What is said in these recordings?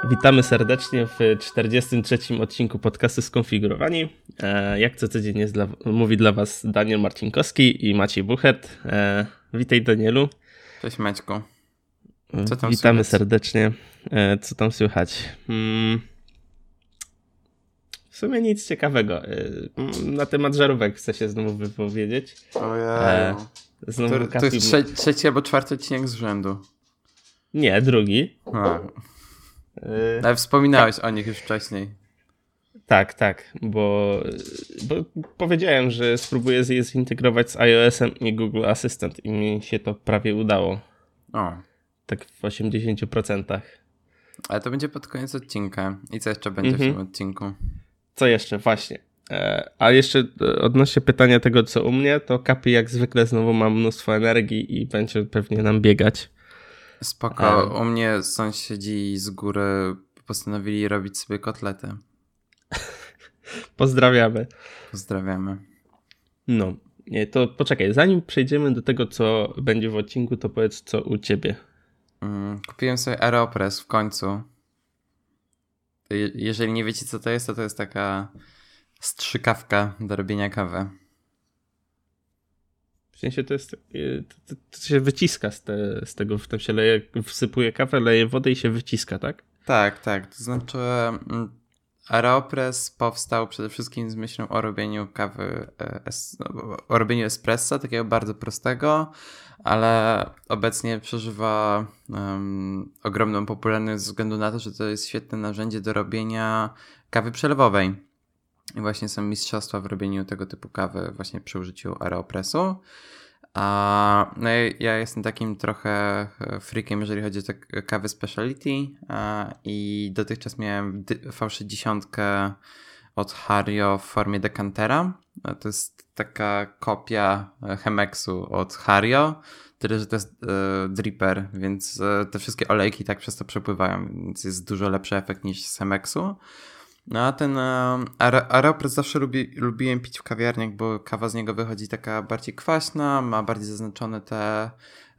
Witamy serdecznie w 43. odcinku podcastu Skonfigurowani. Jak co tydzień mówi dla Was Daniel Marcinkowski i Maciej Buchert. Witaj, Danielu. Cześć, Maćku. Co tam Witamy słychać? Serdecznie. Co tam słychać? W sumie nic ciekawego. Na temat żarówek chcę się znowu wypowiedzieć. Ojej. To jest trzeci albo czwarty odcinek z rzędu. Nie, drugi. Ale wspominałeś o nich już wcześniej. Tak, bo powiedziałem, że spróbuję je zintegrować z iOS-em i Google Assistant i mi się to prawie udało. O. Tak w 80%. Ale to będzie pod koniec odcinka. I co jeszcze będzie w tym odcinku? Co jeszcze? Właśnie. A jeszcze odnośnie pytania tego, co u mnie, to Kapi jak zwykle znowu ma mnóstwo energii i będzie pewnie nam biegać. Spoko. U mnie sąsiedzi z góry postanowili robić sobie kotlety. Pozdrawiamy. No. Nie, to poczekaj. Zanim przejdziemy do tego, co będzie w odcinku, to powiedz, co u ciebie. Kupiłem sobie AeroPress w końcu. Jeżeli nie wiecie, co to jest taka strzykawka do robienia kawy. W sensie to jest, to się wyciska z tego, w tym się leje, wsypuje kawę, leje wodę i się wyciska, tak? Tak. To znaczy AeroPress powstał przede wszystkim z myślą o robieniu kawy, o robieniu espresso, takiego bardzo prostego, ale obecnie przeżywa ogromną popularność ze względu na to, że to jest świetne narzędzie do robienia kawy przelewowej. I właśnie są mistrzostwa w robieniu tego typu kawy właśnie przy użyciu AeroPressu. No ja jestem takim trochę freakiem, jeżeli chodzi o te kawy speciality i dotychczas miałem V60 od Hario w formie dekantera. To jest taka kopia Chemexu od Hario, tyle że to jest dripper, więc te wszystkie olejki tak przez to przepływają, więc jest dużo lepszy efekt niż z Chemexu. No a ten AeroPress zawsze lubiłem pić w kawiarniach, bo kawa z niego wychodzi taka bardziej kwaśna, ma bardziej zaznaczone te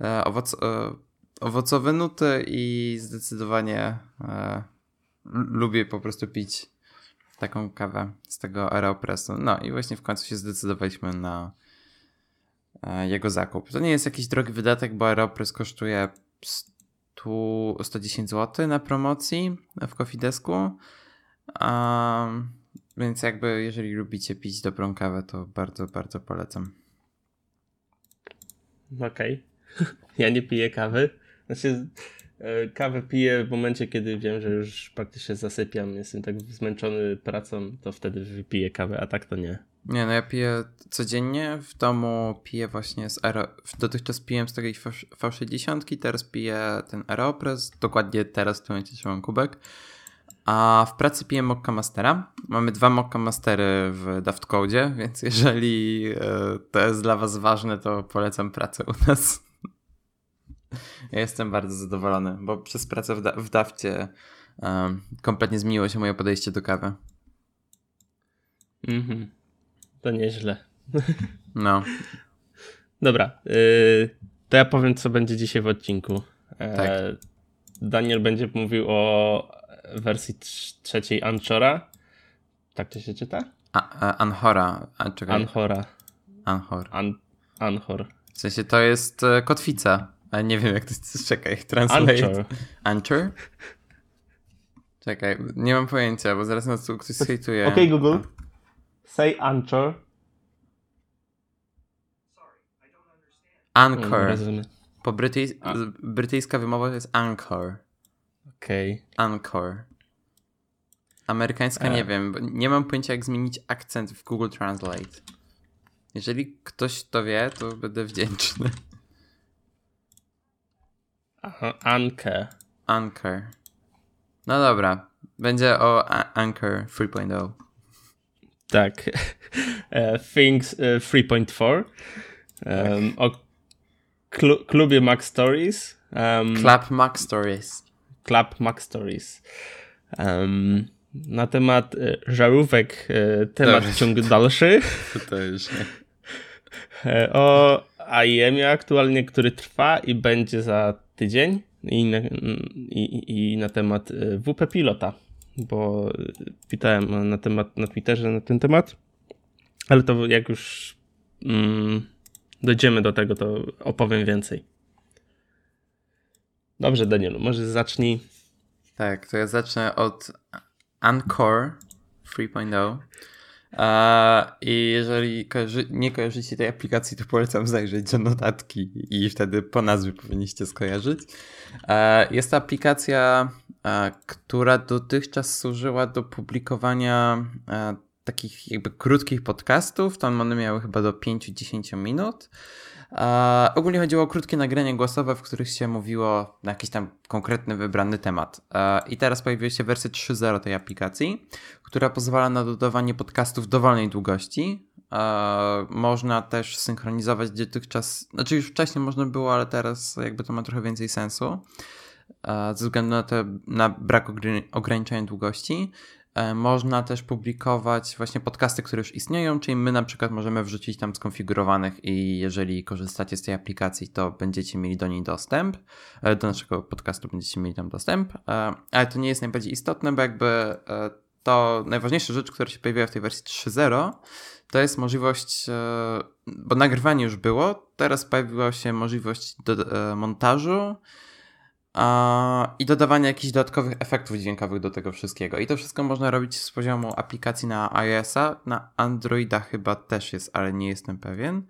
owocowe nuty i zdecydowanie lubię po prostu pić taką kawę z tego AeroPressu. No i właśnie w końcu się zdecydowaliśmy na jego zakup. To nie jest jakiś drogi wydatek, bo AeroPress kosztuje 110 zł na promocji w Coffee Desku. Więc jakby jeżeli lubicie pić dobrą kawę, to bardzo, bardzo polecam. Okej. Ja nie piję kawy. Znaczy kawę piję w momencie, kiedy wiem, że już praktycznie zasypiam. Jestem tak zmęczony pracą, to wtedy wypiję kawę, a tak to nie. Nie, no ja piję codziennie. W domu piję właśnie dotychczas piłem z takiej V60, teraz piję ten AeroPress. Dokładnie teraz w tym momencie trzymam kubek. A w pracy piję Mokka Mastera. Mamy 2 Mokka Mastery w Daft Code, więc jeżeli to jest dla was ważne, to polecam pracę u nas. Ja jestem bardzo zadowolony, bo przez pracę w Dafcie kompletnie zmieniło się moje podejście do kawy. To nieźle. No. Dobra, to ja powiem, co będzie dzisiaj w odcinku. Tak. Daniel będzie mówił o wersji trzeciej Anchora. Tak to się czyta? Anchora. Anchor. W sensie to jest kotwica. Ale nie wiem jak to jest. Czekaj, translate. Anchor? Czekaj, nie mam pojęcia, bo zaraz nas tu ktoś zhejtuje. Okay, Google. Say Anchor. Anchor. Po brytyjska wymowa to jest Anchor. Okej. Anchor. Amerykańska nie wiem, bo nie mam pojęcia jak zmienić akcent w Google Translate. Jeżeli ktoś to wie, to będę wdzięczny. Aha, Anchor. No dobra, będzie o Anchor 3.0. Tak. Things 3.4. O klubie Mac Stories. Club Mac Stories. Na temat żarówek temat ciąg dalszy. To już nie. O AIM-ie aktualnie, który trwa i będzie za tydzień. i na temat WP Pilota, bo pytałem na Twitterze na ten temat, ale to jak już dojdziemy do tego, to opowiem więcej. Dobrze, Danielu, może zacznij. Tak, to ja zacznę od Anchor 3.0. I jeżeli nie kojarzycie tej aplikacji, to polecam zajrzeć do notatki i wtedy po nazwie powinniście skojarzyć. Jest to aplikacja, która dotychczas służyła do publikowania takich jakby krótkich podcastów. Tam one miały chyba do 5-10 minut. Ogólnie chodziło o krótkie nagrania głosowe, w których się mówiło na jakiś tam konkretny, wybrany temat. I teraz pojawiła się wersja 3.0 tej aplikacji, która pozwala na dodawanie podcastów dowolnej długości. Można też synchronizować dotychczas, znaczy już wcześniej można było, ale teraz jakby to ma trochę więcej sensu ze względu na brak ograniczenia długości. Można też publikować właśnie podcasty, które już istnieją, czyli my na przykład możemy wrzucić tam skonfigurowanych i jeżeli korzystacie z tej aplikacji, to będziecie mieli do niej dostęp, do naszego podcastu będziecie mieli tam dostęp, ale to nie jest najbardziej istotne, bo jakby to najważniejsza rzecz, która się pojawiła w tej wersji 3.0, to jest możliwość, bo nagrywanie już było, teraz pojawiła się możliwość montażu i dodawania jakichś dodatkowych efektów dźwiękowych do tego wszystkiego. I to wszystko można robić z poziomu aplikacji na iOS-a, na Androida chyba też jest, ale nie jestem pewien.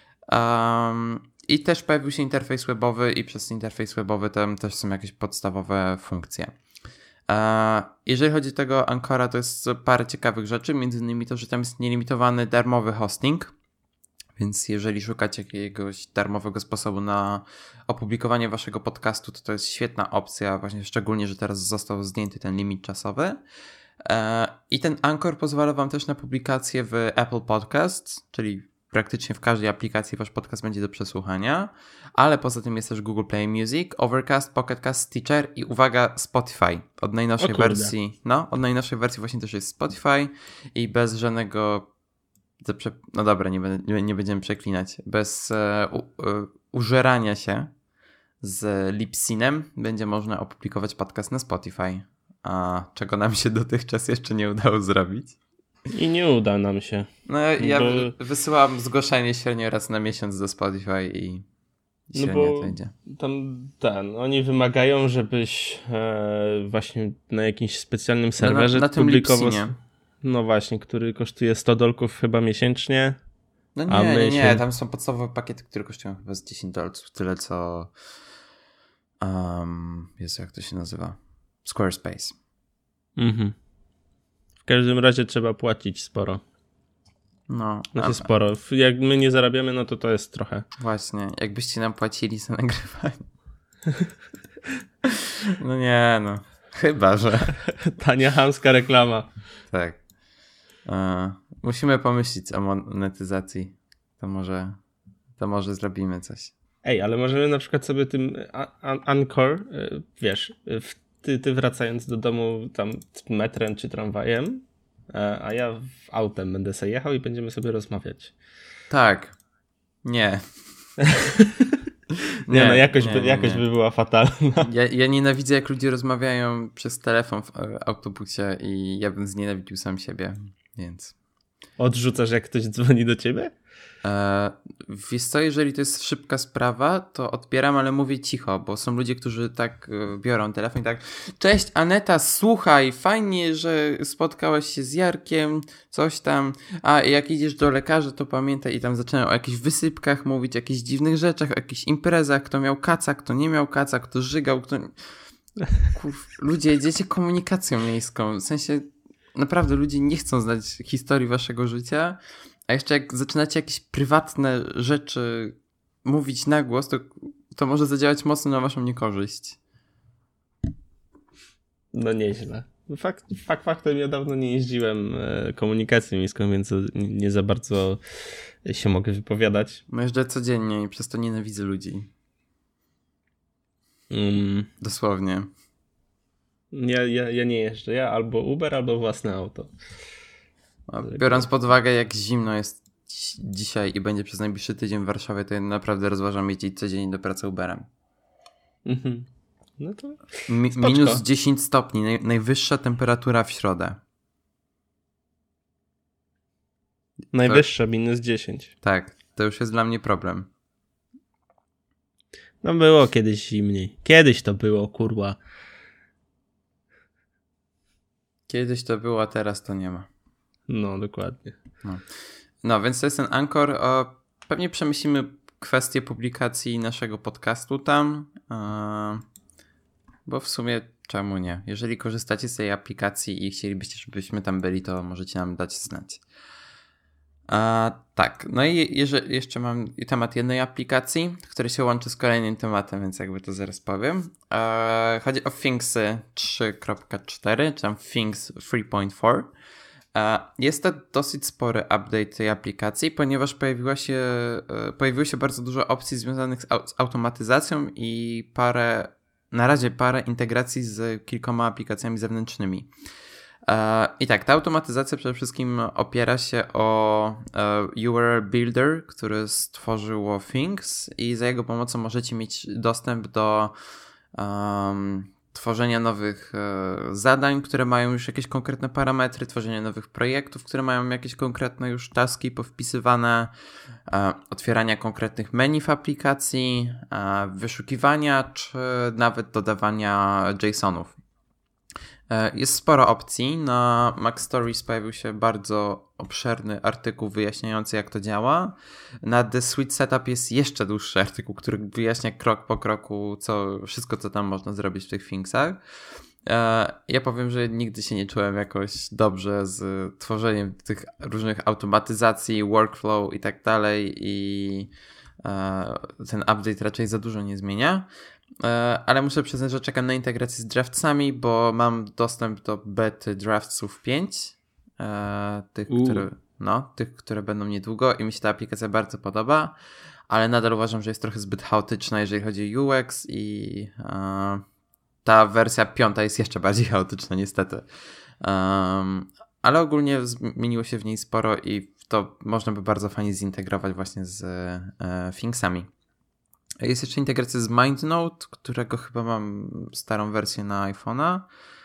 I też pojawił się interfejs webowy i przez interfejs webowy tam też są jakieś podstawowe funkcje. Jeżeli chodzi o tego Anchora, to jest parę ciekawych rzeczy, między innymi to, że tam jest nielimitowany darmowy hosting. Więc jeżeli szukacie jakiegoś darmowego sposobu na opublikowanie waszego podcastu, to jest świetna opcja, właśnie szczególnie, że teraz został zdjęty ten limit czasowy. I ten Anchor pozwala wam też na publikację w Apple Podcasts, czyli praktycznie w każdej aplikacji wasz podcast będzie do przesłuchania, ale poza tym jest też Google Play Music, Overcast, Pocket Cast, Stitcher i uwaga, Spotify. Od najnowszej wersji właśnie też jest Spotify i bez żadnego no dobra, nie będziemy przeklinać. Bez użerania się z Libsynem będzie można opublikować podcast na Spotify. Czego nam się dotychczas jeszcze nie udało zrobić. I nie uda nam się. No ja wysyłam zgłoszenie średnio raz na miesiąc do Spotify i średnio to idzie. Tam oni wymagają, żebyś właśnie na jakimś specjalnym serwerze na tym publikował. Libsynie. No właśnie, który kosztuje $100 chyba miesięcznie. No nie, tam są podstawowe pakiety, które kosztują chyba z $10, tyle co Jezu, jak to się nazywa? Squarespace. W każdym razie trzeba płacić sporo. No. Znaczy sporo. Jak my nie zarabiamy, no to jest trochę. Właśnie, jakbyście nam płacili za nagrywanie. No nie, no. Chyba, że... Tania chamska reklama. Tak. Musimy pomyśleć o monetyzacji. To może zrobimy coś. Ej, ale możemy na przykład sobie tym Anchor, wiesz, ty wracając do domu tam metrem czy tramwajem, a ja autem będę sobie jechał i będziemy sobie rozmawiać. Tak. Nie. Nie, jakość by była fatalna. Ja nienawidzę, jak ludzie rozmawiają przez telefon w autobusie i ja bym znienawidził sam siebie, więc... Odrzucasz, jak ktoś dzwoni do ciebie? Wiesz co, jeżeli to jest szybka sprawa, to odbieram, ale mówię cicho, bo są ludzie, którzy tak biorą telefon i tak: cześć Aneta, słuchaj, fajnie, że spotkałaś się z Jarkiem, coś tam, a jak idziesz do lekarza, to pamiętaj, i tam zaczynają o jakichś wysypkach mówić, o jakichś dziwnych rzeczach, o jakichś imprezach, kto miał kaca, kto nie miał kaca, kto żygał, kto... Ludzie, jedziecie komunikacją miejską, w sensie naprawdę ludzie nie chcą znać historii waszego życia. A jeszcze jak zaczynacie jakieś prywatne rzeczy mówić na głos, to może zadziałać mocno na waszą niekorzyść. No nieźle. Faktem ja dawno nie jeździłem komunikacją miejską, więc nie za bardzo się mogę wypowiadać. No jeżdżę codziennie i przez to nienawidzę ludzi. Dosłownie. Ja nie jeżdżę. Ja albo Uber, albo własne auto. Biorąc pod uwagę, jak zimno jest dzisiaj i będzie przez najbliższy tydzień w Warszawie, to ja naprawdę rozważam jeździć codziennie do pracy Uberem. No to minus 10 stopni, najwyższa temperatura w środę. Najwyższa, minus 10. Tak, to już jest dla mnie problem. No było kiedyś zimniej. Kiedyś to było, kurwa. Kiedyś to było, a teraz to nie ma. No, dokładnie. No więc to jest ten Anchor. Pewnie przemyślimy kwestię publikacji naszego podcastu tam, bo w sumie czemu nie? Jeżeli korzystacie z tej aplikacji i chcielibyście, żebyśmy tam byli, to możecie nam dać znać. Tak, no i jeszcze mam temat jednej aplikacji, który się łączy z kolejnym tematem, więc jakby to zaraz powiem. Chodzi o Thingsy 3.4, czy tam Things 3.4. Jest to dosyć spory update tej aplikacji, ponieważ pojawiło się bardzo dużo opcji związanych z automatyzacją i na razie parę integracji z kilkoma aplikacjami zewnętrznymi. I tak, ta automatyzacja przede wszystkim opiera się o URL Builder, który stworzyło Things i za jego pomocą możecie mieć dostęp do tworzenia nowych zadań, które mają już jakieś konkretne parametry, tworzenia nowych projektów, które mają jakieś konkretne już taski powpisywane, otwierania konkretnych menu w aplikacji, wyszukiwania, czy nawet dodawania JSON-ów. Jest sporo opcji. Na Mac Stories pojawił się bardzo obszerny artykuł wyjaśniający, jak to działa. Na The Suite Setup jest jeszcze dłuższy artykuł, który wyjaśnia krok po kroku wszystko, co tam można zrobić w tych Thingsach. Ja powiem, że nigdy się nie czułem jakoś dobrze z tworzeniem tych różnych automatyzacji, workflow i tak dalej i ten update raczej za dużo nie zmienia. Ale muszę przyznać, że czekam na integrację z draftsami, bo mam dostęp do bety draftsów 5, tych, które będą niedługo i mi się ta aplikacja bardzo podoba, ale nadal uważam, że jest trochę zbyt chaotyczna, jeżeli chodzi o UX i ta wersja 5 jest jeszcze bardziej chaotyczna niestety. Ale ogólnie zmieniło się w niej sporo i to można by bardzo fajnie zintegrować właśnie z Thingsami. Jest jeszcze integracja z MindNote, którego chyba mam starą wersję na iPhone'a.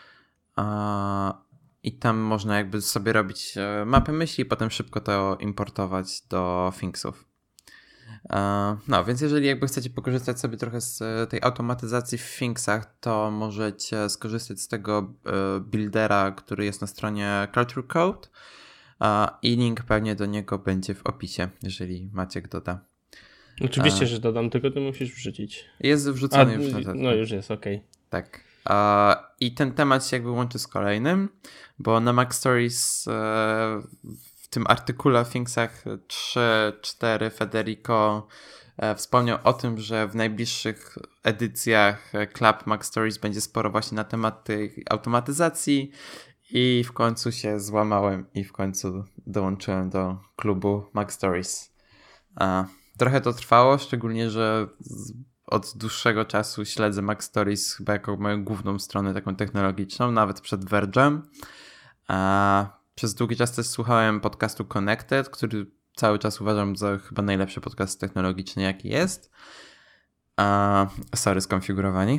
I tam można jakby sobie robić mapę myśli i potem szybko to importować do Thingsów. No, więc jeżeli jakby chcecie pokorzystać sobie trochę z tej automatyzacji w Thingsach, to możecie skorzystać z tego buildera, który jest na stronie Culture Code i link pewnie do niego będzie w opisie, jeżeli Maciek doda. Oczywiście, że dodam, tylko ty musisz wrzucić. Jest wrzucony już. No już jest, okej. Tak. I ten temat się jakby łączy z kolejnym, bo na Mac Stories w tym artykule o Thingsach 3.4 Federico wspomniał o tym, że w najbliższych edycjach Club Mac Stories będzie sporo właśnie na temat tej automatyzacji i w końcu się złamałem i w końcu dołączyłem do klubu Mac Stories. Trochę to trwało, szczególnie, że od dłuższego czasu śledzę Mac Stories chyba jako moją główną stronę taką technologiczną, nawet przed Verge'em. Przez długi czas też słuchałem podcastu Connected, który cały czas uważam za chyba najlepszy podcast technologiczny, jaki jest. Skonfigurowani.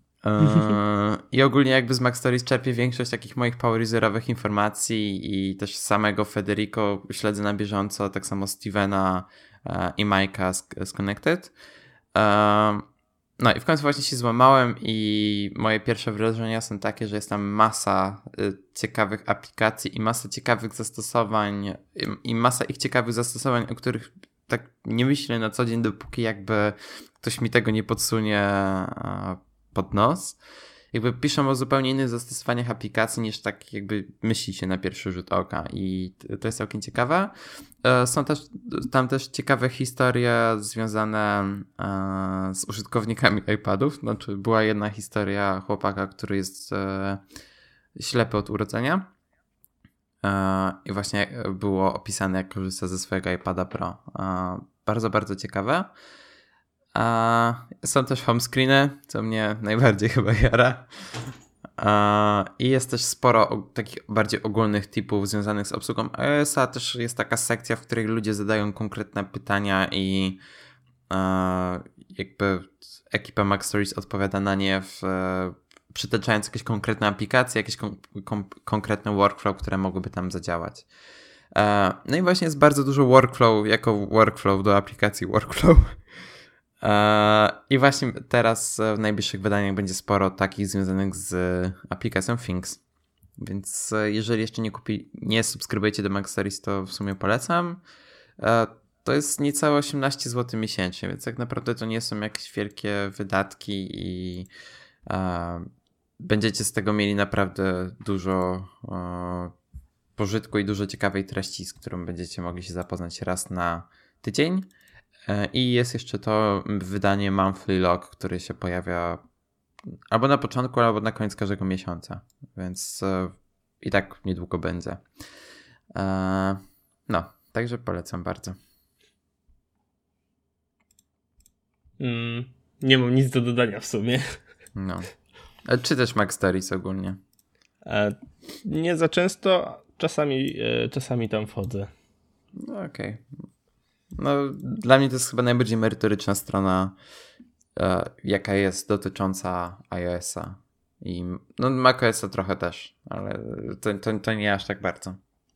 I ogólnie jakby z Mac Stories czerpię większość takich moich power userowych informacji i też samego Federico śledzę na bieżąco, tak samo Stevena i Majka z Connected. No i w końcu właśnie się złamałem i moje pierwsze wrażenia są takie, że jest tam masa ciekawych aplikacji i masa ciekawych zastosowań i masa ich ciekawych zastosowań, o których tak nie myślę na co dzień, dopóki jakby ktoś mi tego nie podsunie pod nos. Jakby piszą o zupełnie innych zastosowaniach aplikacji niż tak jakby myśli się na pierwszy rzut oka i to jest całkiem ciekawe. Są tam też ciekawe historie związane z użytkownikami iPadów. Znaczy była jedna historia chłopaka, który jest ślepy od urodzenia i właśnie było opisane, jak korzysta ze swojego iPada Pro. Bardzo, bardzo ciekawe. Są też home screeny, co mnie najbardziej chyba jara. I jest też sporo takich bardziej ogólnych tipów związanych z obsługą iOS-a. Też jest taka sekcja, w której ludzie zadają konkretne pytania i jakby ekipa Mac Stories odpowiada na nie przytaczając jakieś konkretne aplikacje, jakieś konkretne workflow, które mogłyby tam zadziałać. No i właśnie jest bardzo dużo workflow jako workflow do aplikacji workflow. I właśnie teraz w najbliższych wydaniach będzie sporo takich związanych z aplikacją Things. Więc jeżeli jeszcze nie subskrybujecie do Mac Stories, to w sumie polecam. To jest niecałe 18 zł miesięcznie, więc tak naprawdę to nie są jakieś wielkie wydatki i będziecie z tego mieli naprawdę dużo pożytku i dużo ciekawej treści, z którą będziecie mogli się zapoznać raz na tydzień. I jest jeszcze to wydanie Monthly Log, które się pojawia albo na początku, albo na koniec każdego miesiąca, więc i tak niedługo będzie. No, także polecam bardzo. Nie mam nic do dodania w sumie. No. Czy też Mac Stories ogólnie? Nie za często, czasami tam wchodzę. No okej. No, dla mnie to jest chyba najbardziej merytoryczna strona, jaka jest dotycząca iOS-a. I no macOS-a trochę też, ale to nie aż tak bardzo.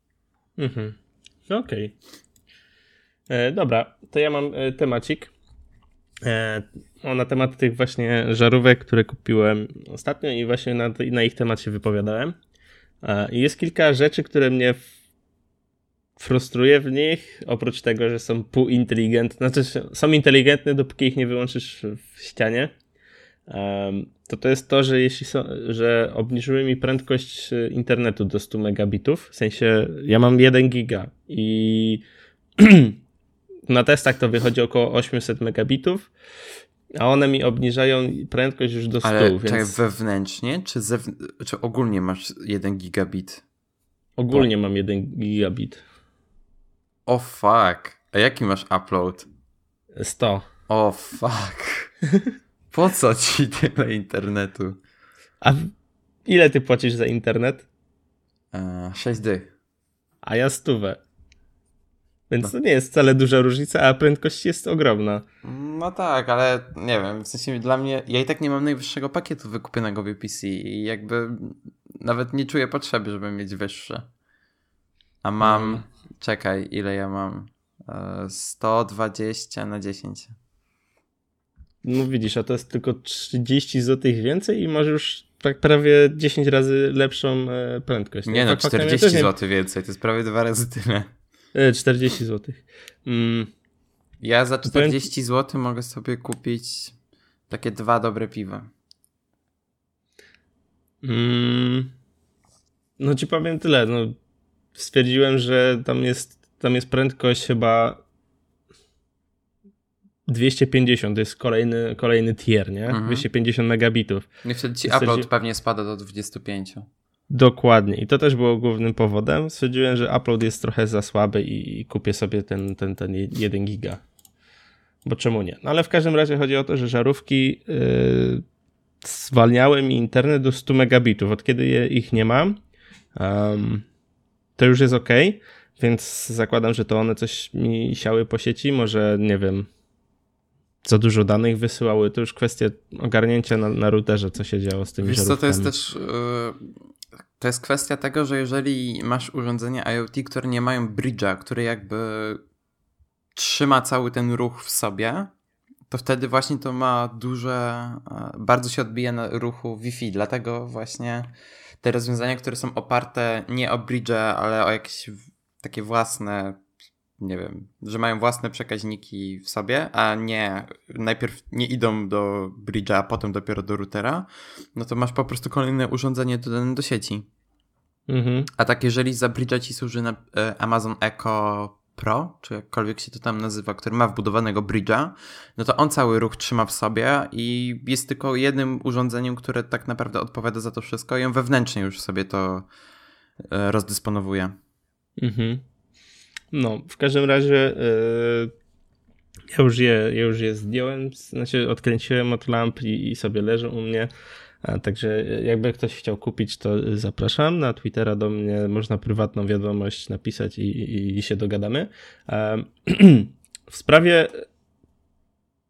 Okej. Dobra, to ja mam temacik. Na temat tych właśnie żarówek, które kupiłem ostatnio i właśnie na ich temat się wypowiadałem. I jest kilka rzeczy, które mnie frustruje w nich, oprócz tego, że są półinteligentne, znaczy są inteligentne, dopóki ich nie wyłączysz w ścianie. To jest to, że że obniżyły mi prędkość internetu do 100 megabitów, w sensie ja mam 1 giga i na testach to wychodzi około 800 megabitów, a one mi obniżają prędkość już do 100. Ale więc... czekaj, wewnętrznie, czy ogólnie masz 1 gigabit? Ogólnie mam 1 gigabit. O fuck. A jaki masz upload? 100. O fuck. Po co ci tyle internetu? A ile ty płacisz za internet? 6 dych. A ja 100. Więc to nie jest wcale duża różnica, a prędkość jest ogromna. No tak, ale nie wiem, w sensie dla mnie, ja i tak nie mam najwyższego pakietu wykupionego w UPC i jakby nawet nie czuję potrzeby, żeby mieć wyższe. A mam, czekaj, ile ja mam? 120 na 10. No widzisz, a to jest tylko 30 zł więcej i masz już tak prawie 10 razy lepszą prędkość. Nie no, 40 zł więcej, to jest prawie 2 razy tyle. 40 zł. Ja za 40 zł mogę sobie kupić takie 2 dobre piwa. No ci powiem tyle. No, stwierdziłem, że tam jest prędkość chyba 250. To jest kolejny tier, nie? 250 megabitów. I wtedy ci upload pewnie spada do 25. Dokładnie. I to też było głównym powodem. Stwierdziłem, że upload jest trochę za słaby i kupię sobie ten 1 giga. Bo czemu nie? No ale w każdym razie chodzi o to, że żarówki zwalniały mi internet do 100 megabitów. Od kiedy ich nie mam, to już jest ok, więc zakładam, że to one coś mi siały po sieci. Może, nie wiem, za dużo danych wysyłały. To już kwestia ogarnięcia na routerze, co się działo z tymi żarówkami. Wiesz co, to jest też... To jest kwestia tego, że jeżeli masz urządzenia IoT, które nie mają bridge'a, który jakby trzyma cały ten ruch w sobie, to wtedy właśnie to ma bardzo się odbija na ruchu Wi-Fi, dlatego właśnie te rozwiązania, które są oparte nie o bridge'e, ale o jakieś takie własne, nie wiem, że mają własne przekaźniki w sobie, a najpierw nie idą do bridge'a, a potem dopiero do routera, no to masz po prostu kolejne urządzenie dodane do sieci. A tak jeżeli za bridge'a ci służy Amazon Echo Pro, czy jakkolwiek się to tam nazywa, który ma wbudowanego bridge'a, no to on cały ruch trzyma w sobie i jest tylko jednym urządzeniem, które tak naprawdę odpowiada za to wszystko i on wewnętrznie już sobie to rozdysponowuje. No, w każdym razie ja już je zdjąłem, znaczy odkręciłem od lamp i sobie leżą u mnie. Także jakby ktoś chciał kupić, to zapraszam. Na Twittera do mnie można prywatną wiadomość napisać i się dogadamy. W sprawie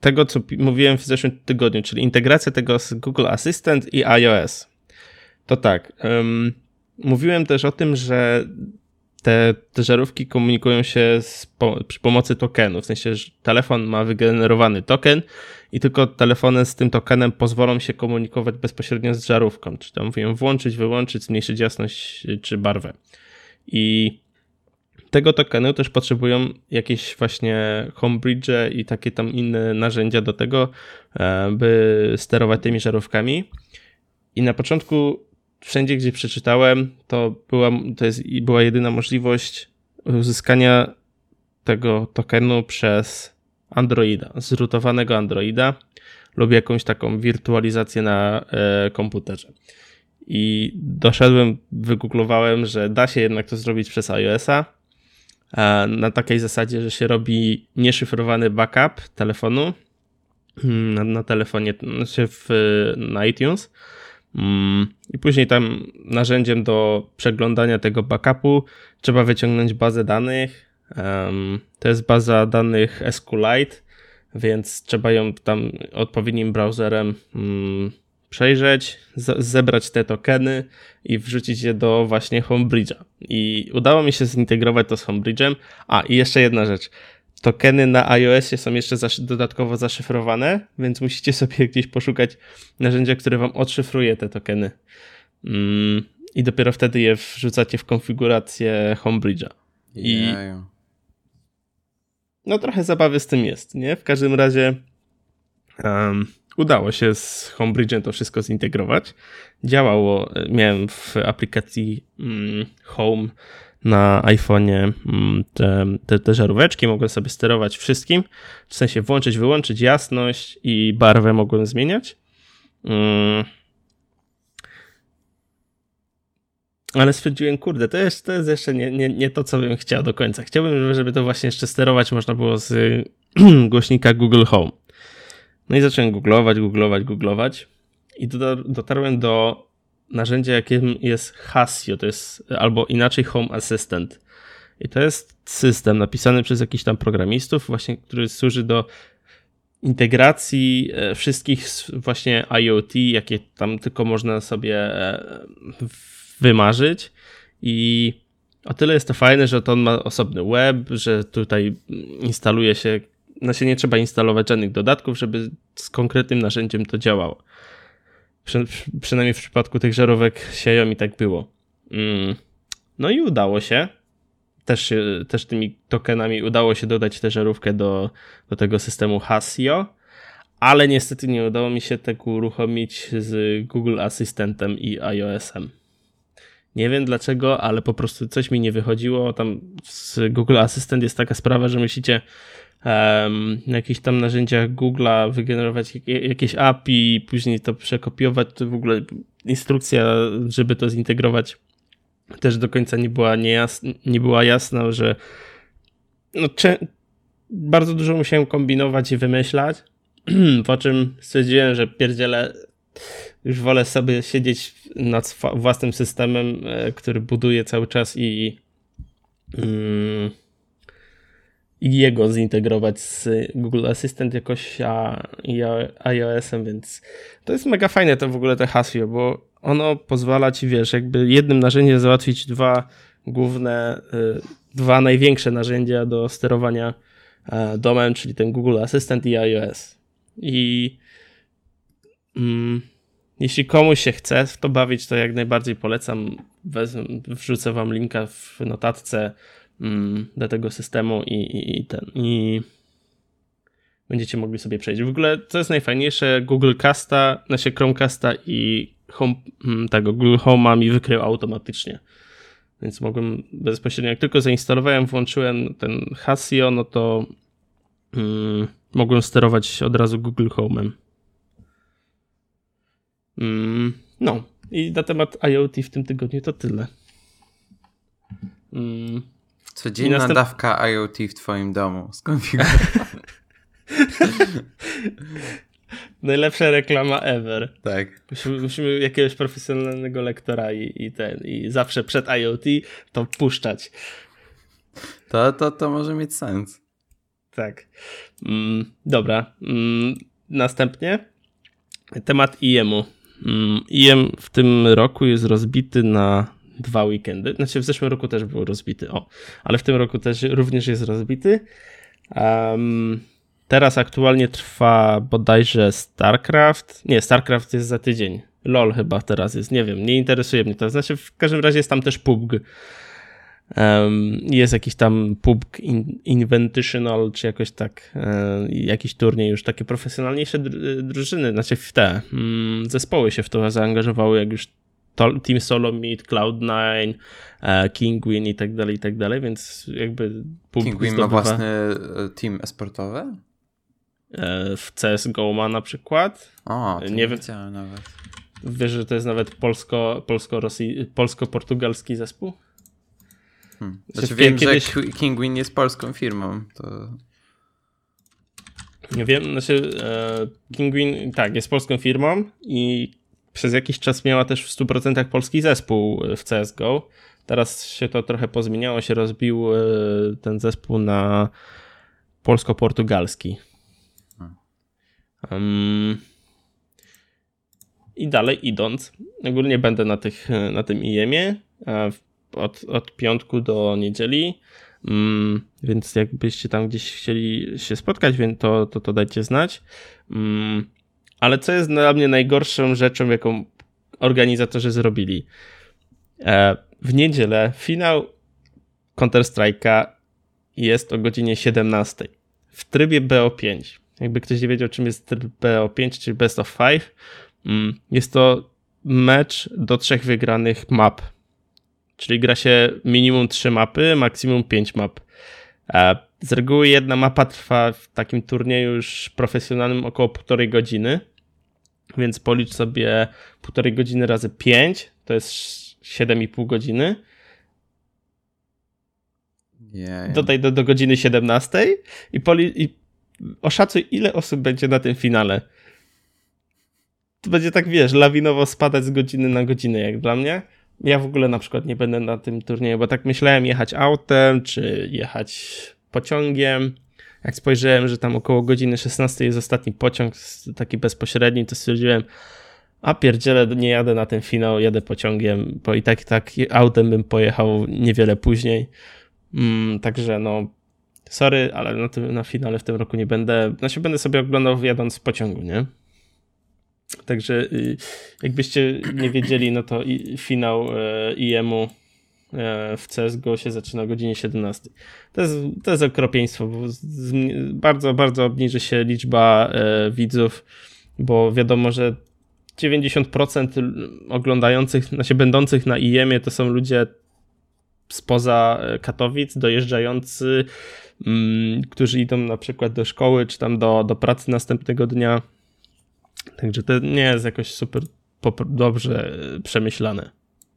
tego, co mówiłem w zeszłym tygodniu, czyli integracja tego z Google Assistant i iOS. To tak, mówiłem też o tym, że te żarówki komunikują się przy pomocy tokenu, w sensie, że telefon ma wygenerowany token i tylko telefony z tym tokenem pozwolą się komunikować bezpośrednio z żarówką, czy tam mówią włączyć, wyłączyć, zmniejszyć jasność czy barwę. I tego tokenu też potrzebują jakieś właśnie homebridge i takie tam inne narzędzia do tego, by sterować tymi żarówkami. I na początku wszędzie, gdzie przeczytałem, to była jedyna możliwość uzyskania tego tokenu przez Androida, zrutowanego Androida lub jakąś taką wirtualizację na komputerze. I wygooglowałem, że da się jednak to zrobić przez iOS-a na takiej zasadzie, że się robi nieszyfrowany backup telefonu na telefonie, znaczy na iTunes. I później tam narzędziem do przeglądania tego backupu trzeba wyciągnąć bazę danych. To jest baza danych SQLite, więc trzeba ją tam odpowiednim browserem przejrzeć, zebrać te tokeny i wrzucić je do właśnie Homebridge'a. I udało mi się zintegrować to z Homebridge'em. I jeszcze jedna rzecz. Tokeny na iOSie są jeszcze dodatkowo zaszyfrowane, więc musicie sobie gdzieś poszukać narzędzia, które wam odszyfruje te tokeny. I dopiero wtedy je wrzucacie w konfigurację Homebridge'a. I no trochę zabawy z tym jest, nie? W każdym razie udało się z Homebridge'em to wszystko zintegrować. Działało, miałem w aplikacji Home na iPhone'ie te żaróweczki, mogłem sobie sterować wszystkim, w sensie włączyć, wyłączyć jasność i barwę mogłem zmieniać. Ale stwierdziłem, kurde, to jest jeszcze nie to, co bym chciał do końca. Chciałbym, żeby to właśnie jeszcze sterować można było z głośnika Google Home. No i zacząłem googlować i dotarłem do narzędzia, jakim jest Hasio, to jest albo inaczej Home Assistant. I to jest system napisany przez jakichś tam programistów, właśnie, który służy do integracji wszystkich właśnie IoT, jakie tam tylko można sobie wymarzyć. I o tyle jest to fajne, że to on ma osobny web, że tutaj instaluje się, nie trzeba instalować żadnych dodatków, żeby z konkretnym narzędziem to działało. Przynajmniej w przypadku tych żarówek Xiaomi tak było. No i udało się. Też tymi tokenami udało się dodać tę żarówkę do tego systemu Hasio, ale niestety nie udało mi się tego uruchomić z Google Asystentem i iOS-em. Nie wiem dlaczego, ale po prostu coś mi nie wychodziło. Tam z Google Assistant jest taka sprawa, że musicie na jakichś tam narzędziach Google'a wygenerować jakieś API, później to przekopiować. To w ogóle instrukcja, żeby to zintegrować, też do końca nie była jasna, że bardzo dużo musiałem kombinować i wymyślać, po czym stwierdziłem, że pierdzielę, już wolę sobie siedzieć nad własnym systemem, który buduję cały czas i jego zintegrować z Google Assistant jakoś i iOS-em, więc to jest mega fajne to w ogóle te Hasio, bo ono pozwala ci, jakby jednym narzędziem załatwić dwa największe narzędzia do sterowania domem, czyli ten Google Assistant i iOS. I jeśli komuś się chce w to bawić, to jak najbardziej polecam. Wrzucę wam linka w notatce do tego systemu i będziecie mogli sobie przejść. W ogóle, co jest najfajniejsze, Google Casta, Chromecasta i Google Home'a mi wykrył automatycznie. Więc mogłem bezpośrednio, jak tylko zainstalowałem, włączyłem ten Hasio, no to mogłem sterować od razu Google Home'em. No i na temat IoT w tym tygodniu to tyle. Codzienna dawka IoT w twoim domu skonfigurowana. Najlepsza reklama ever. Tak. Musimy jakiegoś profesjonalnego lektora i zawsze przed IoT to puszczać. To może mieć sens. Tak. Dobra. Następnie temat IEM-u. IEM w tym roku jest rozbity na 2 weekendy. Znaczy w zeszłym roku też był rozbity, ale w tym roku też również jest rozbity. Teraz aktualnie trwa bodajże StarCraft. Nie, StarCraft jest za tydzień. LOL chyba teraz jest, nie wiem, nie interesuje mnie to. Znaczy w każdym razie jest tam też PUBG. Jest jakiś tam PUBG Invitational, czy jakoś tak, jakiś turniej, już takie profesjonalniejsze drużyny, znaczy w te zespoły się w to zaangażowały, jak już Team Solomid, Cloud9, Kinguin i tak dalej, więc jakby PUBG Kinguin ma własny team esportowy? W CSGO ma na przykład. O, to nie wiedziałem nawet. Wiesz, że to jest nawet polsko-portugalski zespół? Znaczy wiem, że Kinguin jest polską firmą. To... Nie wiem, znaczy Kinguin tak, jest polską firmą i przez jakiś czas miała też w 100% polski zespół w CSGO. Teraz się to trochę pozmieniało, się rozbił ten zespół na polsko-portugalski. I dalej idąc, ogólnie będę na tym IEM-ie od piątku do niedzieli, więc jakbyście tam gdzieś chcieli się spotkać, więc to dajcie znać. Ale co jest dla mnie najgorszą rzeczą, jaką organizatorzy zrobili? W niedzielę finał Counter-Strike'a jest o godzinie 17 w trybie BO5. Jakby ktoś nie wiedział, czym jest tryb BO5, czyli Best of 5, jest to mecz do 3 wygranych map. Czyli gra się minimum 3 mapy, maksimum 5 map. Z reguły jedna mapa trwa w takim turnieju już profesjonalnym około 1,5 godziny, więc policz sobie 1,5 godziny razy 5, to jest 7,5 godziny. Dodaj do godziny 17 i oszacuj, ile osób będzie na tym finale. To będzie tak, wiesz, lawinowo spadać z godziny na godzinę, jak dla mnie. Ja w ogóle na przykład nie będę na tym turnieju, bo tak myślałem jechać autem, czy jechać pociągiem. Jak spojrzałem, że tam około godziny 16 jest ostatni pociąg, taki bezpośredni, to stwierdziłem, a pierdziele, nie jadę na ten finał, jadę pociągiem, bo i tak autem bym pojechał niewiele później. Także no, sorry, ale na finale w tym roku nie będę, znaczy będę sobie oglądał jadąc w pociągu, nie? Także jakbyście nie wiedzieli, no to finał IEM-u w CSGO się zaczyna o godzinie 17. To jest okropieństwo, bo bardzo, bardzo obniży się liczba widzów, bo wiadomo, że 90% oglądających, znaczy będących na IEM-ie to są ludzie spoza Katowic, dojeżdżający, którzy idą na przykład do szkoły, czy tam do pracy następnego dnia. Także to nie jest jakoś super dobrze przemyślane.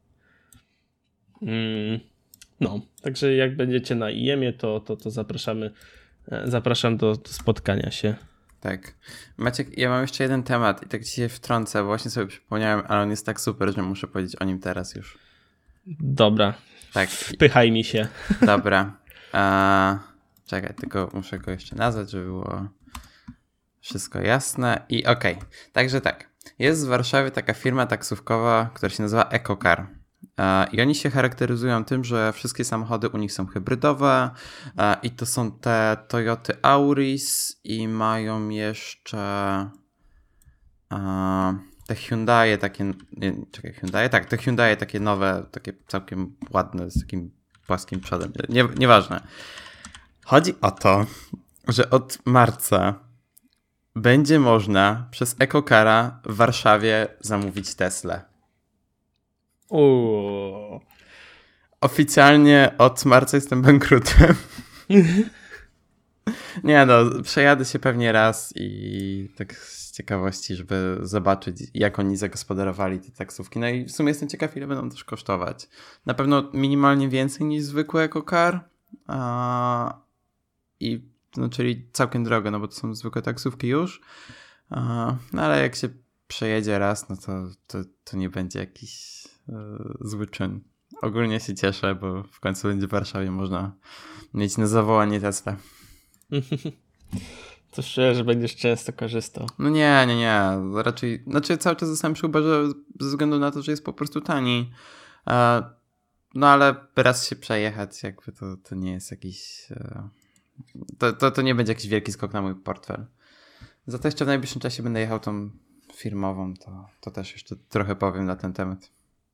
No, także jak będziecie na IEM-ie, to zapraszam do spotkania się. Tak. Maciek, ja mam jeszcze jeden temat i tak ci się wtrącę, bo właśnie sobie przypomniałem, ale on jest tak super, że muszę powiedzieć o nim teraz już. Dobra. Tak. Wpychaj mi się. Dobra. Czekaj, tylko muszę go jeszcze nazwać, żeby było wszystko jasne i okej. Także tak. Jest w Warszawie taka firma taksówkowa, która się nazywa EcoCar. I oni się charakteryzują tym, że wszystkie samochody u nich są hybrydowe i to są te Toyoty Auris i mają jeszcze te Hyundai takie, te Hyundai takie nowe, takie całkiem ładne z takim płaskim przodem. Nieważne. Chodzi o to, że od marca będzie można przez EcoCara w Warszawie zamówić Teslę. Oficjalnie od marca jestem bankrutem. Nie no, przejadę się pewnie raz i tak z ciekawości, żeby zobaczyć, jak oni zagospodarowali te taksówki. No i w sumie jestem ciekaw, ile będą też kosztować. Na pewno minimalnie więcej niż zwykły EcoCar. No, czyli całkiem drogo, no bo to są zwykłe taksówki już. No ale jak się przejedzie raz, no to nie będzie jakiś zły czyn. Ogólnie się cieszę, bo w końcu będzie w Warszawie można mieć na zawołanie Tesla. To szczerze, że będziesz często korzystał. No nie. Raczej, znaczy cały czas zostałem przy Uberze ze względu na to, że jest po prostu tani. No ale raz się przejechać, jakby to nie jest jakiś... To nie będzie jakiś wielki skok na mój portfel. Za to jeszcze w najbliższym czasie będę jechał tą firmową, to też jeszcze trochę powiem na ten temat.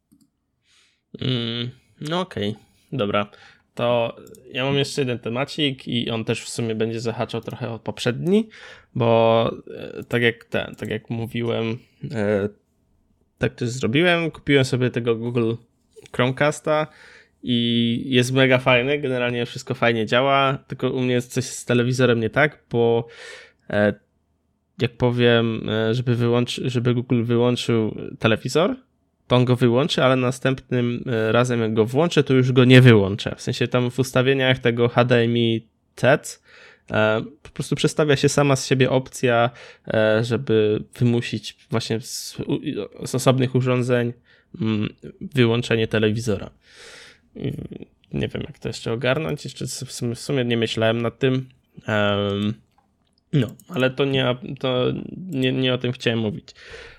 No okej, dobra. To ja mam jeszcze jeden temacik i on też w sumie będzie zahaczał trochę o poprzedni, bo tak jak mówiłem, tak też zrobiłem. Kupiłem sobie tego Google Chromecasta i jest mega fajny, generalnie wszystko fajnie działa, tylko u mnie jest coś z telewizorem nie tak, bo jak powiem, żeby Google wyłączył telewizor, to on go wyłączy, ale następnym razem jak go włączę, to już go nie wyłączę. W sensie tam w ustawieniach tego HDMI-C po prostu przestawia się sama z siebie opcja, żeby wymusić właśnie z osobnych urządzeń wyłączenie telewizora. Nie wiem, jak to jeszcze ogarnąć. Jeszcze w sumie nie myślałem nad tym. No, ale to nie o tym chciałem mówić.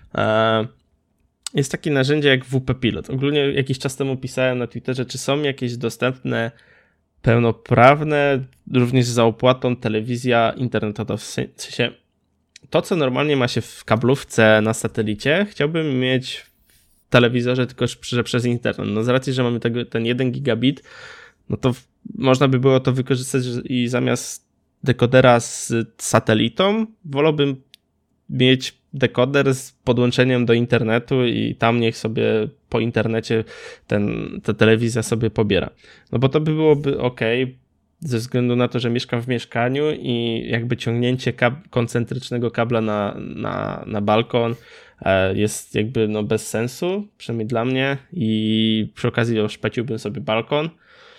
Jest takie narzędzie jak WP Pilot. Ogólnie jakiś czas temu pisałem na Twitterze, czy są jakieś dostępne, pełnoprawne, również za opłatą telewizja internetowa. W sensie to, co normalnie ma się w kablówce na satelicie, chciałbym mieć w telewizorze tylko że przez internet. No z racji, że mamy ten 1 gigabit, no to można by było to wykorzystać i zamiast dekodera z satelitą, wolałbym mieć dekoder z podłączeniem do internetu i tam niech sobie po internecie ta telewizja sobie pobiera. No bo to by byłoby ok, ze względu na to, że mieszkam w mieszkaniu i jakby ciągnięcie koncentrycznego kabla na balkon jest jakby no bez sensu, przynajmniej dla mnie, i przy okazji oszpeciłbym sobie balkon.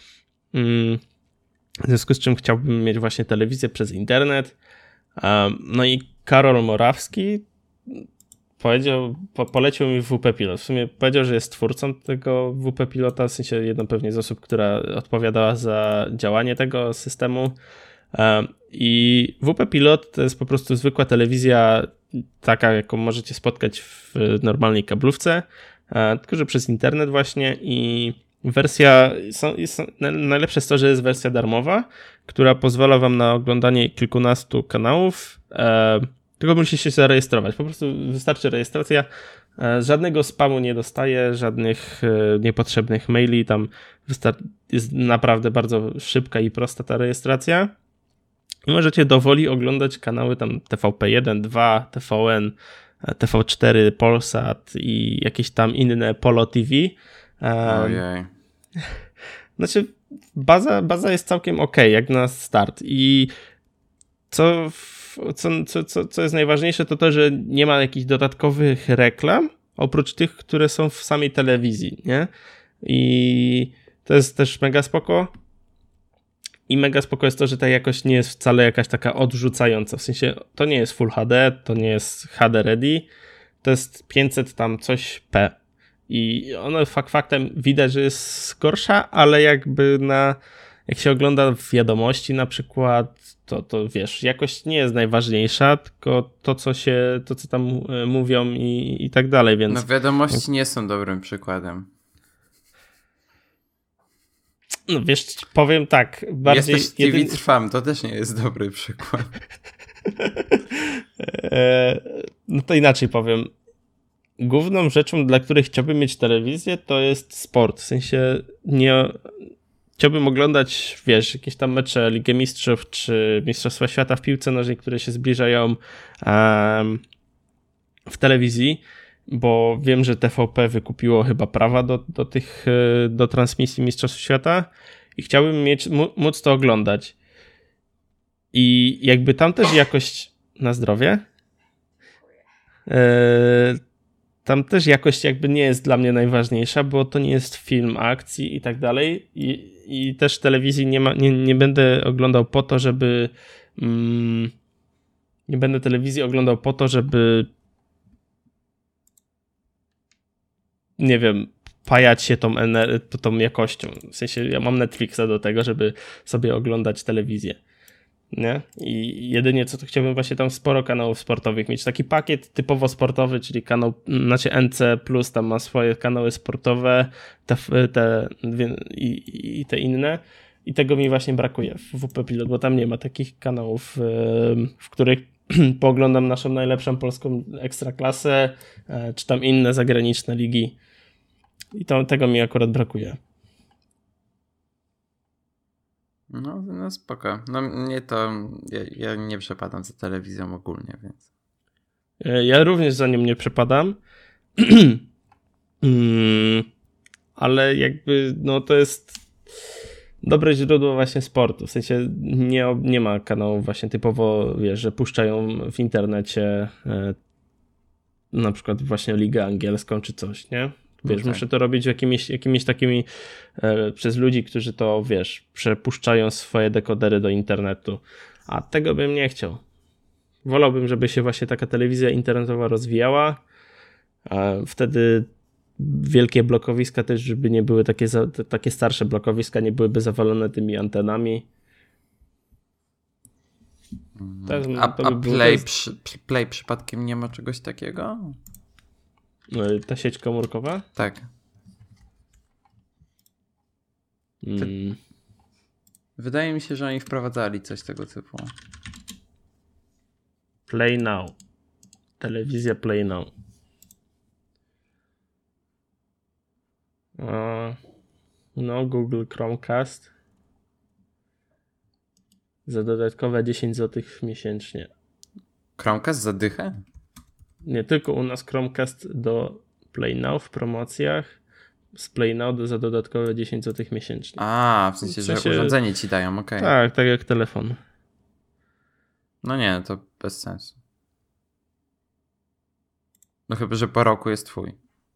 W związku z czym chciałbym mieć właśnie telewizję przez internet. No i Karol Morawski polecił mi WP Pilot. W sumie powiedział, że jest twórcą tego WP Pilota, w sensie jedną pewnie z osób, która odpowiadała za działanie tego systemu. I WP Pilot to jest po prostu zwykła telewizja, taka jaką możecie spotkać w normalnej kablówce, tylko że przez internet właśnie, i wersja, najlepsze jest to, że jest wersja darmowa, która pozwala wam na oglądanie kilkunastu kanałów, tylko musicie się zarejestrować. Po prostu wystarczy rejestracja. Żadnego spamu nie dostaję, żadnych niepotrzebnych maili. Tam jest naprawdę bardzo szybka i prosta ta rejestracja. I możecie dowoli oglądać kanały tam TVP1, 2, TVN, TV4, Polsat i jakieś tam inne Polo TV. Ojej. Znaczy, baza jest całkiem okej, jak na start. I co jest najważniejsze, to, że nie ma jakichś dodatkowych reklam, oprócz tych, które są w samej telewizji, nie? I to jest też mega spoko. I mega spoko jest to, że ta jakość nie jest wcale jakaś taka odrzucająca. W sensie, to nie jest Full HD, to nie jest HD Ready, to jest 500 tam coś p. I ono faktem widać, że jest gorsza, ale jakby jak się ogląda w wiadomości na przykład, to wiesz, jakość nie jest najważniejsza, tylko to, co tam mówią i tak dalej, więc... No wiadomości nie są dobrym przykładem. No wiesz, powiem tak, bardziej... Jest też TV Trwam, to też nie jest dobry przykład. No to inaczej powiem. Główną rzeczą, dla której chciałbym mieć telewizję, to jest sport. W sensie chciałbym oglądać, wiesz, jakieś tam mecze Ligi Mistrzów czy Mistrzostwa Świata w piłce nożnej, które się zbliżają w telewizji, bo wiem, że TVP wykupiło chyba prawa do transmisji Mistrzostw Świata i chciałbym móc to oglądać. I jakby tam też jakość na zdrowie, tam też jakość jakby nie jest dla mnie najważniejsza, bo to nie jest film akcji i tak dalej. I też telewizji nie będę oglądał po to, żeby nie będę telewizji oglądał po to, żeby nie wiem, pajać się tą jakością. W sensie ja mam Netflixa do tego, żeby sobie oglądać telewizję. nie? I jedynie co to chciałbym właśnie tam sporo kanałów sportowych mieć. Taki pakiet typowo sportowy, czyli kanał, znaczy NC Plus tam ma swoje kanały sportowe i te inne. I tego mi właśnie brakuje w WP Pilot, bo tam nie ma takich kanałów, w których pooglądam naszą najlepszą polską ekstraklasę, czy tam inne zagraniczne ligi. I tego mi akurat brakuje. No spoko. No mnie to... Ja nie przepadam za telewizją ogólnie, więc... Ja również za nią nie przepadam. Ale jakby, no to jest dobre źródło właśnie sportu. W sensie nie ma kanałów właśnie typowo, wiesz, że puszczają w internecie na przykład właśnie ligę angielską czy coś, nie? Wiesz, Okay. muszę to robić jakimiś takimi przez ludzi, którzy to, wiesz, przepuszczają swoje dekodery do internetu. A tego bym nie chciał. Wolałbym, żeby się właśnie taka telewizja internetowa rozwijała. Wtedy wielkie blokowiska też, żeby nie były takie starsze blokowiska, nie byłyby zawalone tymi antenami. Play przypadkiem nie ma czegoś takiego? Ta sieć komórkowa? Tak. Wydaje mi się, że oni wprowadzali coś tego typu. Play Now. Telewizja Play Now. No, Google Chromecast. Za dodatkowe 10 zł miesięcznie. Chromecast za dychę? Nie tylko u nas Chromecast do Play Now w promocjach. Z Play Now za dodatkowe 10 zł miesięcznie. W sensie, że urządzenie ci dają, okej. Tak jak telefon. No nie, to bez sensu. No chyba, że po roku jest twój.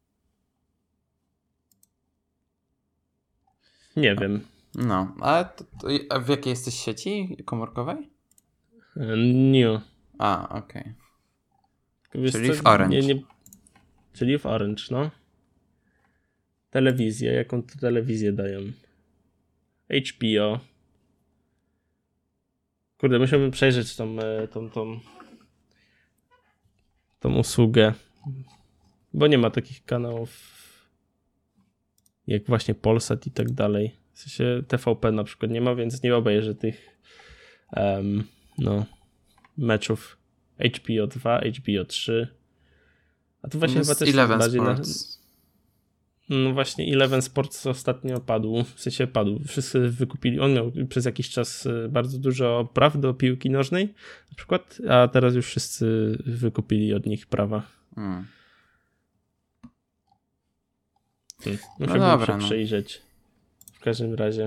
Nie wiem. No, ale a w jakiej jesteś sieci komórkowej? New. Okej. Czyli w Orange. Czyli w Orange, no. Telewizja, jaką to telewizję dają? HBO. Kurde, musiałbym przejrzeć tą usługę, bo nie ma takich kanałów jak właśnie Polsat i tak dalej. W sensie TVP na przykład nie ma, więc nie obejrzę tych meczów HBO 2, HBO 3. A to właśnie chyba też Eleven bardziej Sports. No właśnie Eleven Sports ostatnio padł, w sensie padł. Wszyscy wykupili, on miał przez jakiś czas bardzo dużo praw do piłki nożnej na przykład, a teraz już wszyscy wykupili od nich prawa. Musiałbym się przejrzeć. W każdym razie.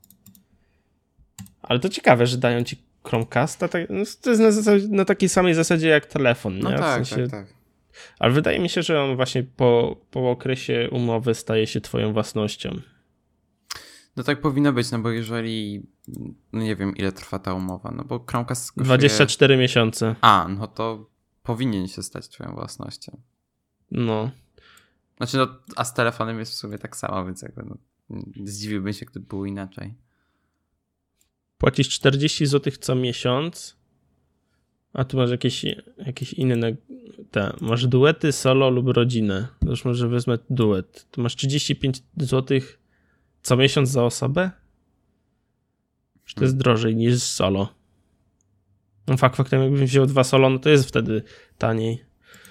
Ale to ciekawe, że dają ci Chromecasta. To jest na takiej samej zasadzie jak telefon. No nie? tak, w sensie, tak. Ale wydaje mi się, że on właśnie po okresie umowy staje się twoją własnością. No tak powinno być, no bo jeżeli... No nie wiem, ile trwa ta umowa, no bo Chromecast kosztuje... 24 miesiące. No to powinien się stać twoją własnością. No. Znaczy, a z telefonem jest w sumie tak samo, więc jakby zdziwiłbym się, gdyby było inaczej. Płacisz 40 zł co miesiąc, a tu masz jakieś inne masz duety, solo lub rodzinę. To już może wezmę duet. Tu masz 35 zł co miesiąc za osobę? Czy to jest drożej niż solo? No faktem jakbym wziął 2 solo, no to jest wtedy taniej.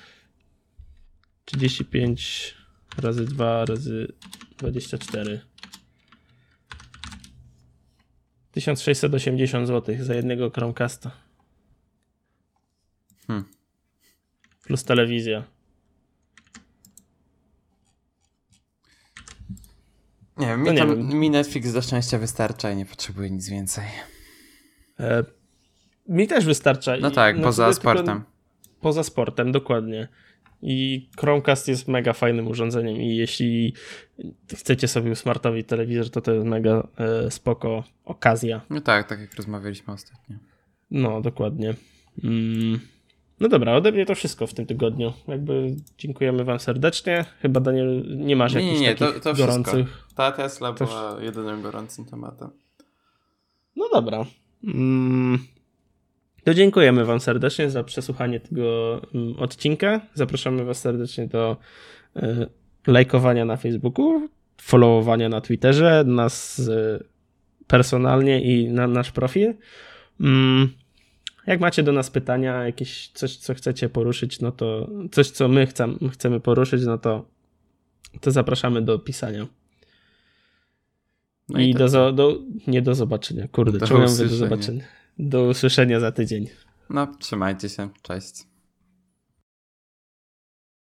35 razy 2 razy 24. 1680 zł za jednego Chromecasta. Plus telewizja. Nie wiem, mi Netflix do szczęścia wystarcza i nie potrzebuję nic więcej. Mi też wystarcza. No tak, poza sportem. Poza sportem, dokładnie. I Chromecast jest mega fajnym urządzeniem i jeśli chcecie sobie usmartowić telewizor, to jest mega spoko okazja. No tak jak rozmawialiśmy ostatnio. No, dokładnie. No dobra, ode mnie to wszystko w tym tygodniu. Jakby dziękujemy wam serdecznie. Chyba Daniel, nie masz jakichś takich to gorących... Wszystko. Ta Tesla była jedynym gorącym tematem. No dobra. To dziękujemy wam serdecznie za przesłuchanie tego odcinka. Zapraszamy was serdecznie do lajkowania na Facebooku, followowania na Twitterze, nas personalnie i na nasz profil. Jak macie do nas pytania, jakieś coś, co chcecie poruszyć, no to coś, co my chcemy poruszyć, no to zapraszamy do pisania. No i nie do zobaczenia. Kurde, czemu ja mówię do zobaczenia? Do usłyszenia za tydzień. No, trzymajcie się. Cześć.